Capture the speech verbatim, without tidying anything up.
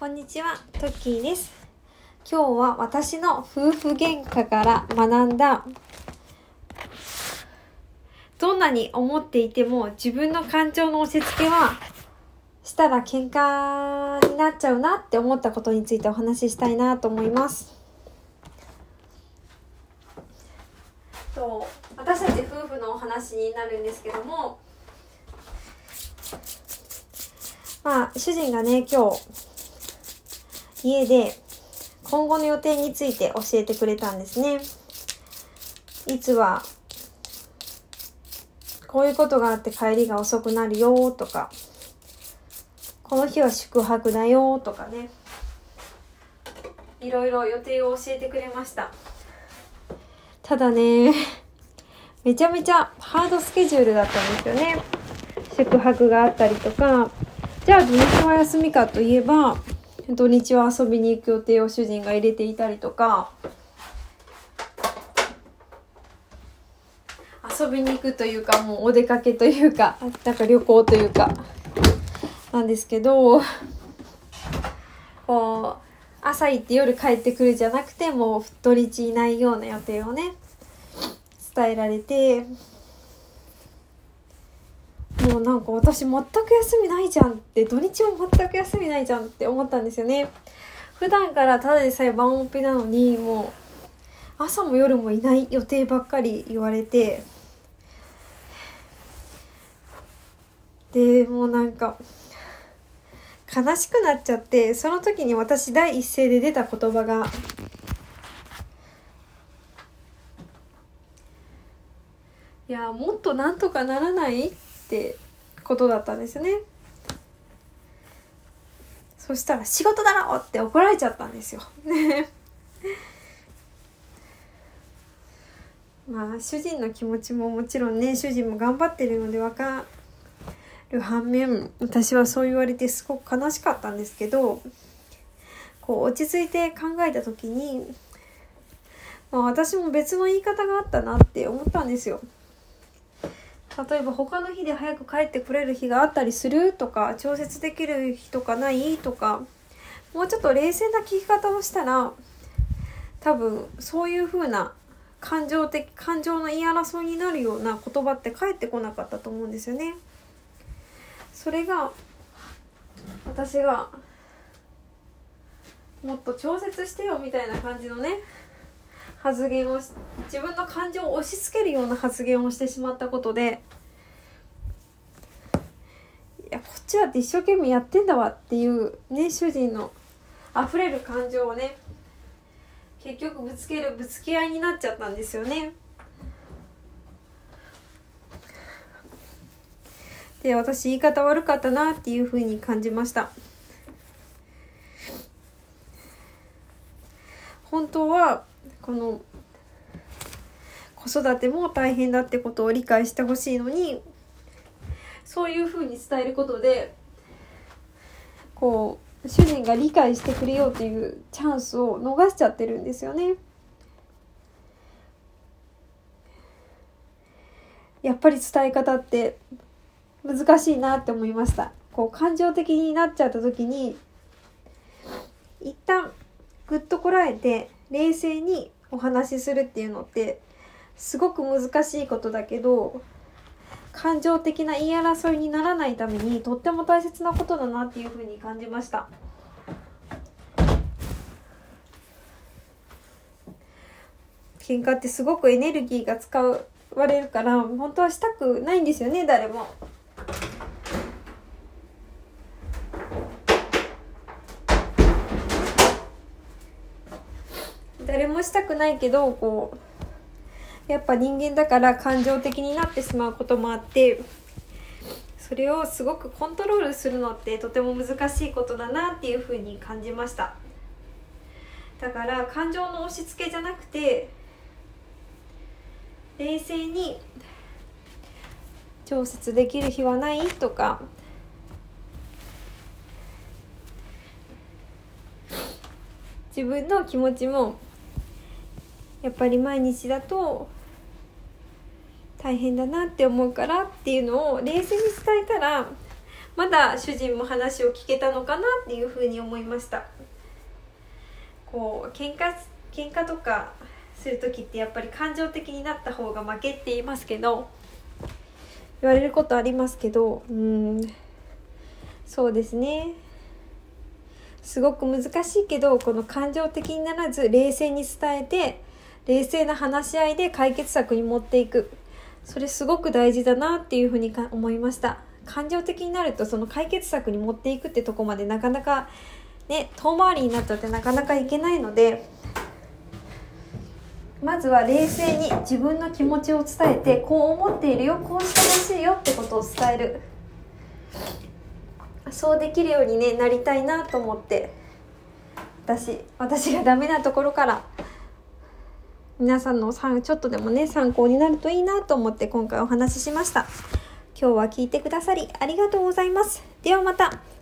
こんにちは、トッキーです。今日は私の夫婦喧嘩から学んだ、どんなに思っていても自分の感情の押し付けはしたら喧嘩になっちゃうなって思ったことについてお話ししたいなと思います。と私たち夫婦のお話になるんですけども、まあ主人がね、今日家で今後の予定について教えてくれたんですね。いつはこういうことがあって帰りが遅くなるよとか、この日は宿泊だよとかね、いろいろ予定を教えてくれました。ただね、めちゃめちゃハードスケジュールだったんですよね。宿泊があったりとか、じゃあ土日は休みかといえば土日は遊びに行く予定を主人が入れていたりとか、遊びに行くというかもうお出かけというか、なんか旅行というかなんですけど、こう朝行って夜帰ってくるじゃなくて、もう土日いないような予定をね伝えられて、もうなんか私全く休みないじゃんって、土日も全く休みないじゃんって思ったんですよね。普段からただでさえ晩オペなのに、もう朝も夜もいない予定ばっかり言われて、でもうなんか悲しくなっちゃって、その時に私第一声で出た言葉が、いやもっとなんとかならないってことだったんですよね。そしたら仕事だろって怒られちゃったんですよまあ主人の気持ちももちろんね、主人も頑張ってるので分かる反面、私はそう言われてすごく悲しかったんですけど、こう落ち着いて考えた時に、まあ、私も別の言い方があったなって思ったんですよ。例えば他の日で早く帰ってくれる日があったりするとか、調節できる日とかないとか、もうちょっと冷静な聞き方をしたら、多分そういう風な感情的感情の言い争いになるような言葉って返ってこなかったと思うんですよね。それが私がもっと調節してよみたいな感じのね発言を、自分の感情を押し付けるような発言をしてしまったことで、いやこっちだって一生懸命やってんだわっていうね、主人の溢れる感情をね、結局ぶつけるぶつけ合いになっちゃったんですよね。で、私言い方悪かったなっていうふうに感じました。本当はこの子育ても大変だってことを理解してほしいのに、そういうふうに伝えることでこう主人が理解してくれようというチャンスを逃しちゃってるんですよね。やっぱり伝え方って難しいなって思いました。こう感情的になっちゃった時に一旦ぐっとこらえて冷静にお話しするっていうのってすごく難しいことだけど、感情的な言い争いにならないためにとっても大切なことだなっていうふうに感じました。喧嘩ってすごくエネルギーが使われるから本当はしたくないんですよね、誰も。誰もしたくないけど、こうやっぱ人間だから感情的になってしまうこともあって、それをすごくコントロールするのってとても難しいことだなっていうふうに感じました。だから感情の押し付けじゃなくて、冷静に調節できる日はないとか、自分の気持ちもやっぱり毎日だと大変だなって思うからっていうのを冷静に伝えたら、 まだ主人も話を聞けたのかなっていうふうに思いました。こう喧嘩喧嘩とかする時ってやっぱり感情的になった方が負けって言いますけど、言われることありますけど、うーんそうですね、すごく難しいけど、この感情的にならず冷静に伝えて、冷静な話し合いで解決策に持っていく、それすごく大事だなっていうふうに思いました。感情的になるとその解決策に持っていくってとこまでなかなかね、遠回りになっちゃってなかなかいけないので、まずは冷静に自分の気持ちを伝えて、こう思っているよ、こうしてほしいよってことを伝える。そうできるように、ね、なりたいなと思って、私私がダメなところから皆さんのちょっとでもね参考になるといいなと思って今回お話ししました。今日は聞いてくださりありがとうございます。ではまた。